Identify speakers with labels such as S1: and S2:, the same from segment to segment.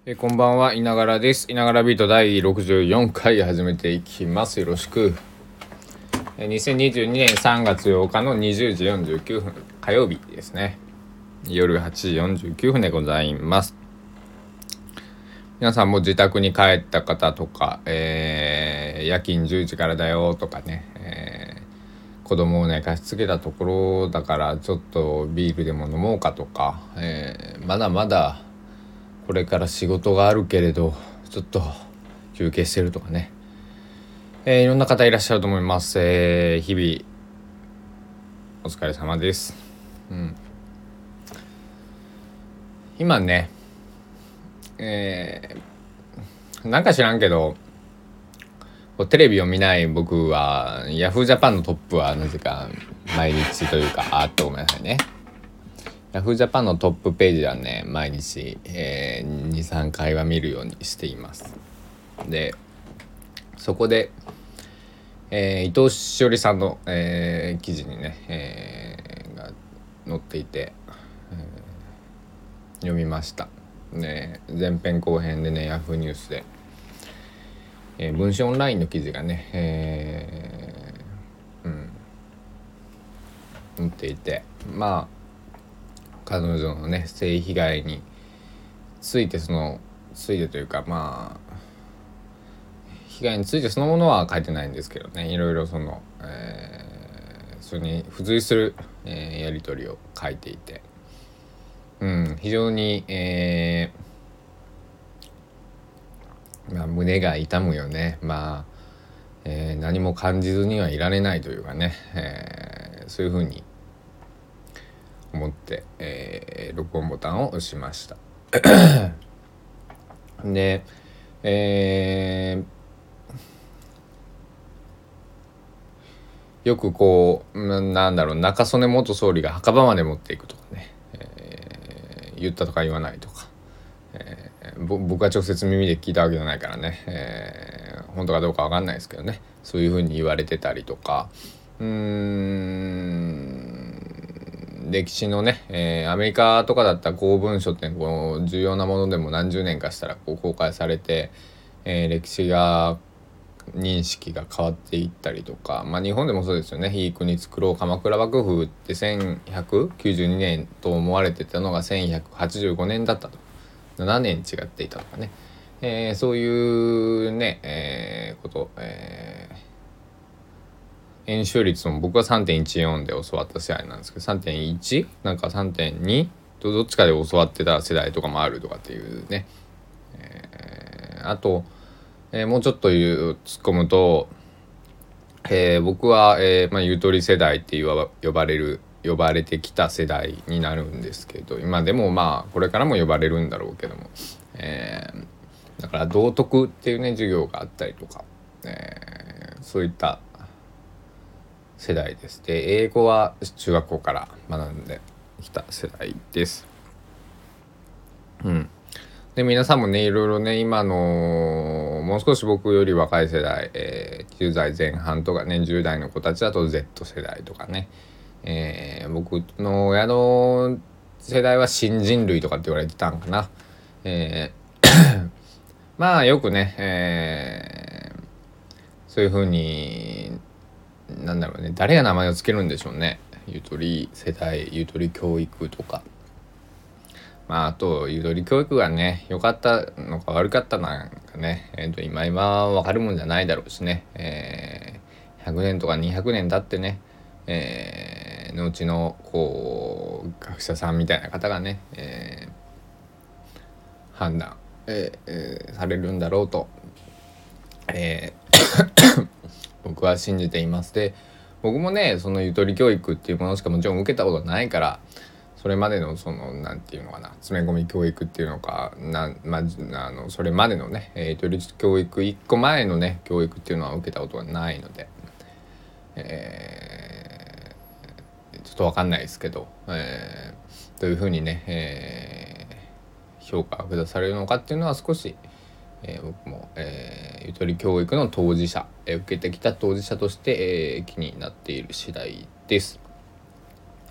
S1: こんばんは、いながらです。いながらビート第64回始めていきます。よろしく。2022年3月8日の20時49分火曜日ですね。夜8時49分でございます。皆さんも自宅に帰った方とか、夜勤10時からだよとかね、子供を寝かしつけたところだからちょっとビールでも飲もうかとか、まだまだこれから仕事があるけれどちょっと休憩してるとかね、いろんな方いらっしゃると思います。日々お疲れ様です。今ね、なんか知らんけどテレビを見ない僕はヤフージャパンのトップはなぜか毎日というかごめんなさいね、ヤフージャパンのトップページはね毎日、2、3回は見るようにしています。でそこで、伊藤詩織さんの、記事にね、が載っていて、読みました。ね、前編後編でねヤフーニュースで、文春オンラインの記事がね、載っていて、まあ彼女のね性被害についてというか被害についてそのものは書いてないんですけどね、いろいろそれに付随する、やり取りを書いていて、非常に、胸が痛むよね。何も感じずにはいられないというかね、そういうふうに思って、録音ボタンを押しました。で、よくこう中曽根元総理が墓場まで持っていくとかね、言ったとか言わないとか、僕は直接耳で聞いたわけじゃないからね、本当かどうか分かんないですけどね、そういうふうに言われてたりとか、歴史のね、アメリカとかだったら公文書ってこう重要なものでも何十年かしたらこう公開されて、歴史が認識が変わっていったりとか、日本でもそうですよね。いい国作ろう鎌倉幕府って1192年と思われてたのが1185年だったと、7年違っていたとかね、そういうね、こと、円周率も僕は 3.14 で教わった世代なんですけど、 3.1 なんか 3.2 どっちかで教わってた世代とかもあるとかっていうね、あと、もうちょっと突っ込むと、僕は、ゆとり世代って呼ばれてきた世代になるんですけど、今でもこれからも呼ばれるんだろうけども、だから道徳っていうね授業があったりとか、そういった世代です。で英語は中学校から学んできた世代です。で皆さんもねいろいろね今のもう少し僕より若い世代、10代前半とかね10代の子たちだと Z 世代とかね、僕の親の世代は新人類とかって言われてたんかな。よくね、そういう風に誰が名前をつけるんでしょうね。ゆとり世代、ゆとり教育とか、あとゆとり教育がね良かったのか悪かったのかね、今分かるもんじゃないだろうしね、100年とか200年経ってね、後のこう学者さんみたいな方がね、判断、されるんだろうと、僕は信じています。で僕もねそのゆとり教育っていうものしかもちろん受けたことないから、それまでのなんていうのかな、詰め込み教育っていうのかそれまでのね、ゆとり教育1個前のね教育っていうのは受けたことがないので、ちょっと分かんないですけど、どういうふうにね、評価が下されるのかっていうのは少し、僕も、ゆとり教育の当事者、受けてきた当事者として、気になっている次第です。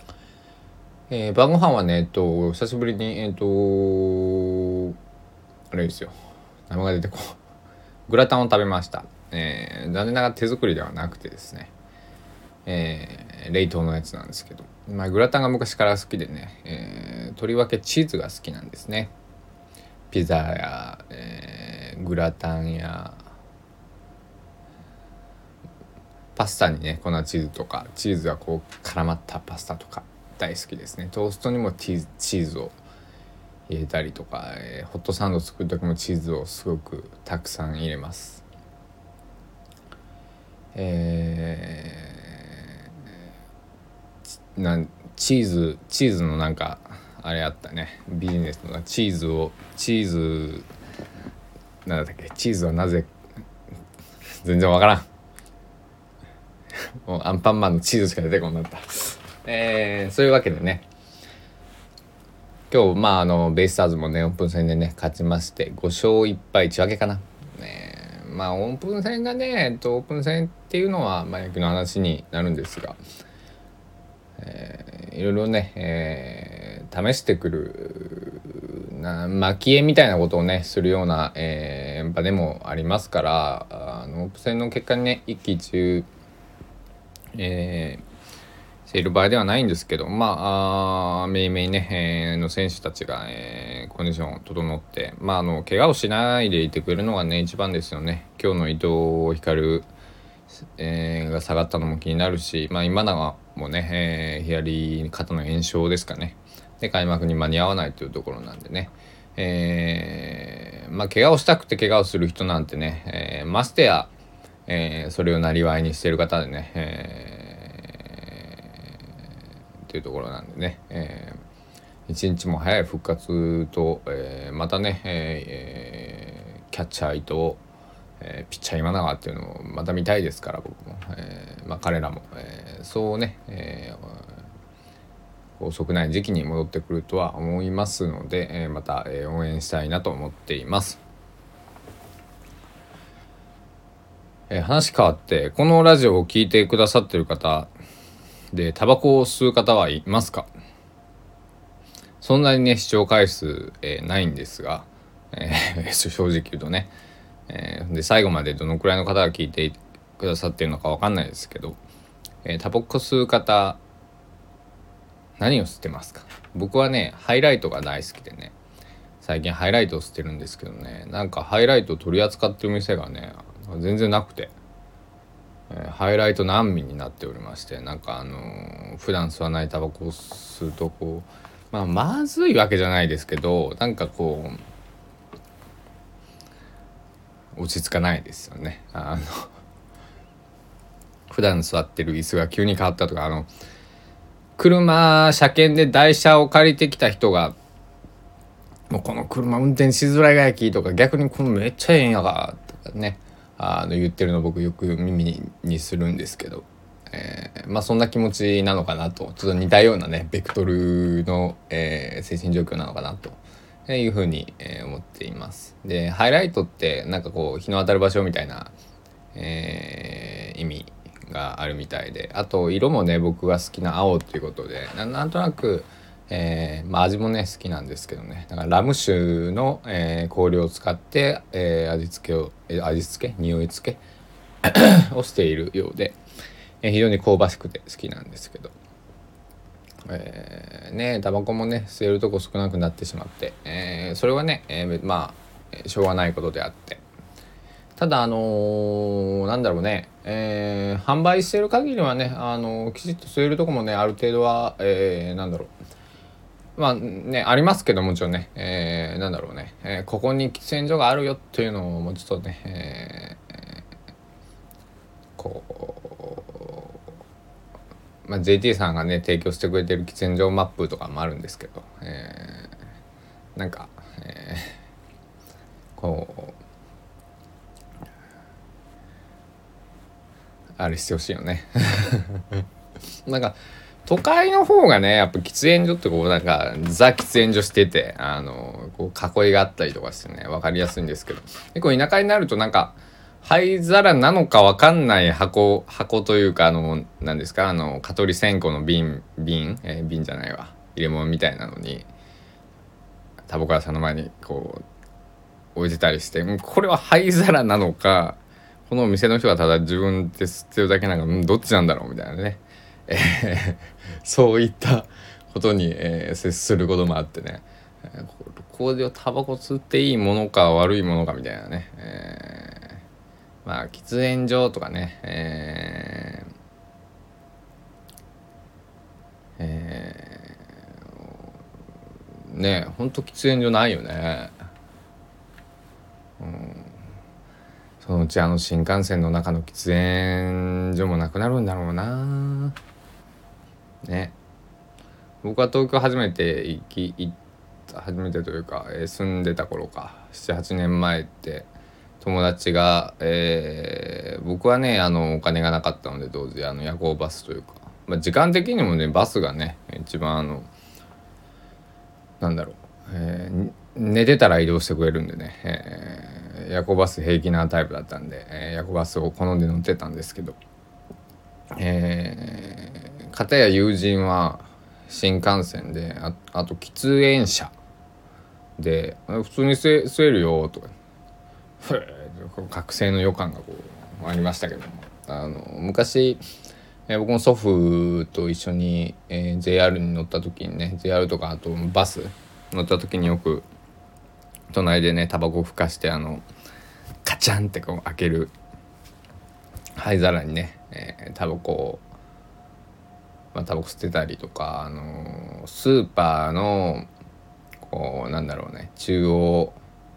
S1: 晩ご飯はね久しぶりにれですよ、名前が出てこうグラタンを食べました。残念ながら手作りではなくてですね、冷凍のやつなんですけど、グラタンが昔から好きでね、とりわけチーズが好きなんですね。ピザや、グラタンやパスタにね粉チーズとかチーズがこう絡まったパスタとか大好きですね。トーストにもチーズを入れたりとか、ホットサンド作る時もチーズをすごくたくさん入れます。チーズのなんかあれあったね、ビジネスのチーズなんだっけ、チーズはなぜ全然わからんもうアンパンマンのチーズしか出てこなかったそういうわけでね、今日ベイスターズもねオープン戦でね勝ちまして5勝1敗1分けかな。オープン戦がね、オープン戦っていうのは野球の話になるんですが、いろいろね、試してくる蒔絵みたいなことをねするような、場でもありますから、オープン戦の結果にね一喜一憂、している場合ではないんですけど、めいめいね、の選手たちが、コンディション整って、怪我をしないでいてくれるのがね一番ですよね。今日の伊藤光、が下がったのも気になるし、今永もね、左肩の炎症ですかね。で開幕に間に合わないというところなんでね、怪我をしたくて怪我をする人なんてね、ましてや、それを生業にしている方でね、っていうところなんでね、一日も早い復活と、またね、キャッチャー伊藤、ピッチャー今永っていうのをまた見たいですから僕も、彼らも、そうね、遅くない時期に戻ってくるとは思いますので、また、応援したいなと思っています。話変わって、このラジオを聞いてくださっている方でタバコを吸う方はいますか？そんなにね視聴回数、ないんですが、正直言うとね、で最後までどのくらいの方が聞いてくださっているのか分かんないですけど、タバコ吸う方何を吸ってますか？僕はねハイライトが大好きでね、最近ハイライトを吸ってるんですけどね、なんかハイライトを取り扱ってる店がね全然なくて、ハイライト難民になっておりまして、なんか普段吸わないタバコを吸うとこう、まずいわけじゃないですけど、なんかこう落ち着かないですよね。普段座ってる椅子が急に変わったとか、車検で台車を借りてきた人がもうこの車運転しづらいがやきとか、逆にこのめっちゃええんやがとかね、言ってるの僕よく耳にするんですけど、そんな気持ちなのかなと、ちょっと似たようなねベクトルの、精神状況なのかなというふうに、思っています。でハイライトってなんかこう日の当たる場所みたいな、意味があるみたいで、あと色もね僕が好きな青っていうことで、なんとなく味もね好きなんですけどね、だからラム酒の、香料を使って、味付け匂い付けをしているようで、非常に香ばしくて好きなんですけど、タバコもね吸えるとこ少なくなってしまって、それはね、しょうがないことであって、ただなんだろうね、販売してる限りはねきちっと吸えるとこもねある程度は、なんだろうありますけど、もちろんね、なんだろうね、ここに喫煙所があるよっていうのをもうちょっとね、JT さんがね提供してくれてる喫煙所マップとかもあるんですけど、なんか、あれしてほしいよねなんか都会の方がねやっぱ喫煙所ってこうなんかザ喫煙所してて、こう囲いがあったりとかしてね分かりやすいんですけど、結構田舎になるとなんか灰皿なのか分かんない箱というか何ですか、蚊取り線香の瓶じゃないわ、入れ物みたいなのにタバコ屋さんの前にこう置いてたりして、これは灰皿なのか、このお店の人がただ自分で吸ってるだけなんか、どっちなんだろうみたいなね、そういったことに、接することもあってね、ここでタバコ吸っていいものか悪いものかみたいなね、まあ喫煙所とかね、ねほんと喫煙所ないよね。そのうち新幹線の中の喫煙所もなくなるんだろうなね。僕は東京初めて初めてというか、住んでた頃か7、8年前って友達が、僕はねお金がなかったので当時夜行バスというか、時間的にもねバスがね一番なんだろう、寝てたら移動してくれるんでね、夜行バス平気なタイプだったんで、夜行バスを好んで乗ってたんですけど、片や友人は新幹線であと喫煙者で普通に吸えるよとか覚醒の予感がこうありましたけども、昔、僕も祖父と一緒に、JR に乗った時にね JR とかあとバス乗った時によく隣でねタバコふかしてカチャンってこう開ける灰皿にね、タバコ吸ってたりとか、スーパーのこうなんだろうね中央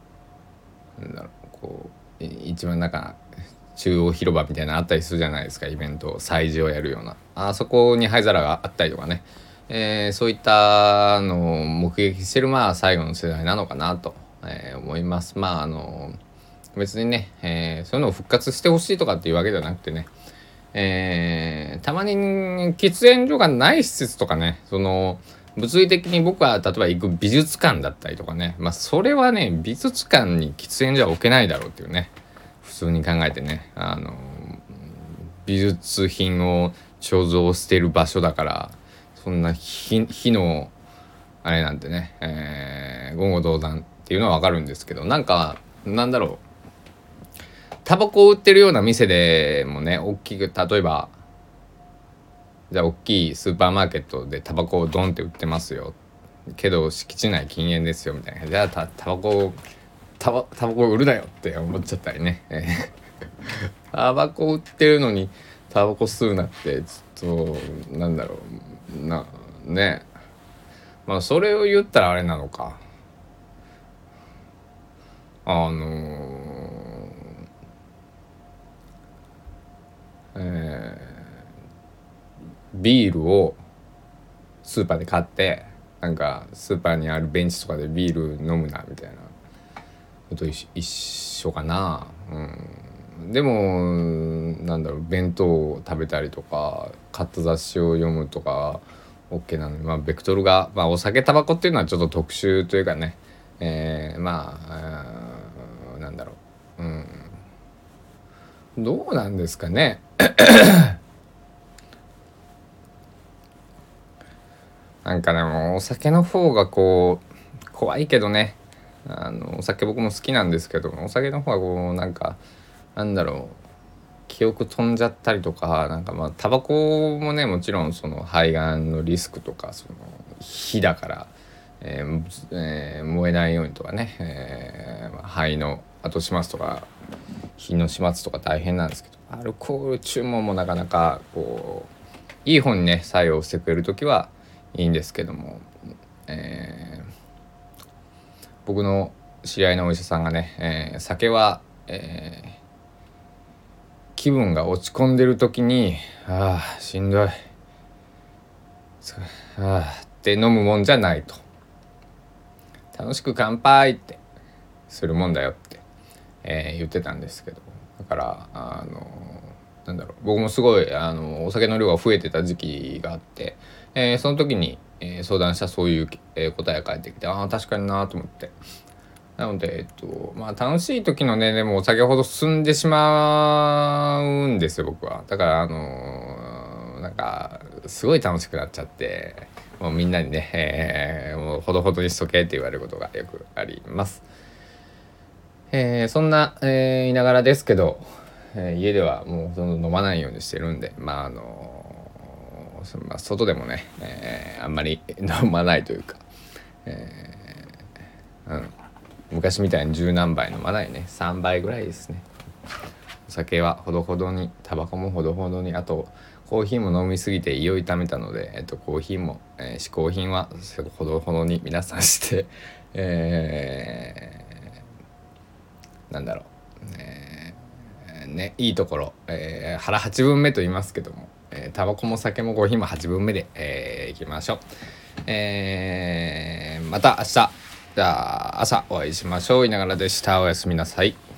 S1: こう一番中央広場みたいなのあったりするじゃないですか、イベント催事をやるようなそこに灰皿があったりとかね、そういったのを目撃してる最後の世代なのかなと、思います。別にね、そういうのを復活してほしいとかっていうわけじゃなくてね、たまに喫煙所がない施設とかね、物理的に僕は例えば行く美術館だったりとかね、それはね美術館に喫煙所は置けないだろうっていうね、普通に考えてね美術品を所蔵している場所だから、そんな火のあれなんてね、言語道断っていうのは分かるんですけど、なんだろう、タバコを売ってるような店でもね大きく、例えばじゃあ大きいスーパーマーケットでタバコをドンって売ってますよけど敷地内禁煙ですよみたいな、じゃあタバコ売るなよって思っちゃったりね、タバコ売ってるのにタバコ吸うなってちょっとなんだろうね、それを言ったらあれなのか、ビールをスーパーで買ってスーパーにあるベンチとかでビール飲むなみたいなこと一緒かな。でも弁当を食べたりとか買った雑誌を読むとか OK なのに、ベクトルが、お酒タバコっていうのはちょっと特殊というかね、どうなんですかねでもお酒の方がこう怖いけどね、お酒僕も好きなんですけど、お酒の方がこう記憶飛んじゃったりとか、タバコもねもちろんその肺がんのリスクとか火だから、燃えないようにとかね、肺の後始末とか火の始末とか大変なんですけど、アルコール注文もなかなかこういい方にね作用してくれる時はいいんですけども、僕の知り合いのお医者さんがね、酒は、気分が落ち込んでる時にしんどいって飲むもんじゃないと、楽しく乾杯ってするもんだよって、言ってたんですけど、だから僕もすごいお酒の量が増えてた時期があって、その時に、相談したそういう、答えが返ってきて確かになと思って、なので楽しい時のねでもお酒ほど進んでしまうんですよ僕は。だからすごい楽しくなっちゃってもうみんなにね、もうほどほどにしとけって言われることがよくあります。 そんな、言いながらですけど、家ではもうほとんど飲まないようにしてるんで、外でもね、あんまり飲まないというか、昔みたいに十何杯飲まないね、3杯ぐらいですね。お酒はほどほどに、タバコもほどほどに、あとコーヒーも飲みすぎて胃を痛めたので、コーヒーも、嗜好品はほどほどに皆さんして、なんだろう、いいところ、腹8分目と言いますけども、タバコも酒もコーヒーも8分目で、いきましょう。また明日、じゃあ朝お会いしましょう。いながらでした。おやすみなさい。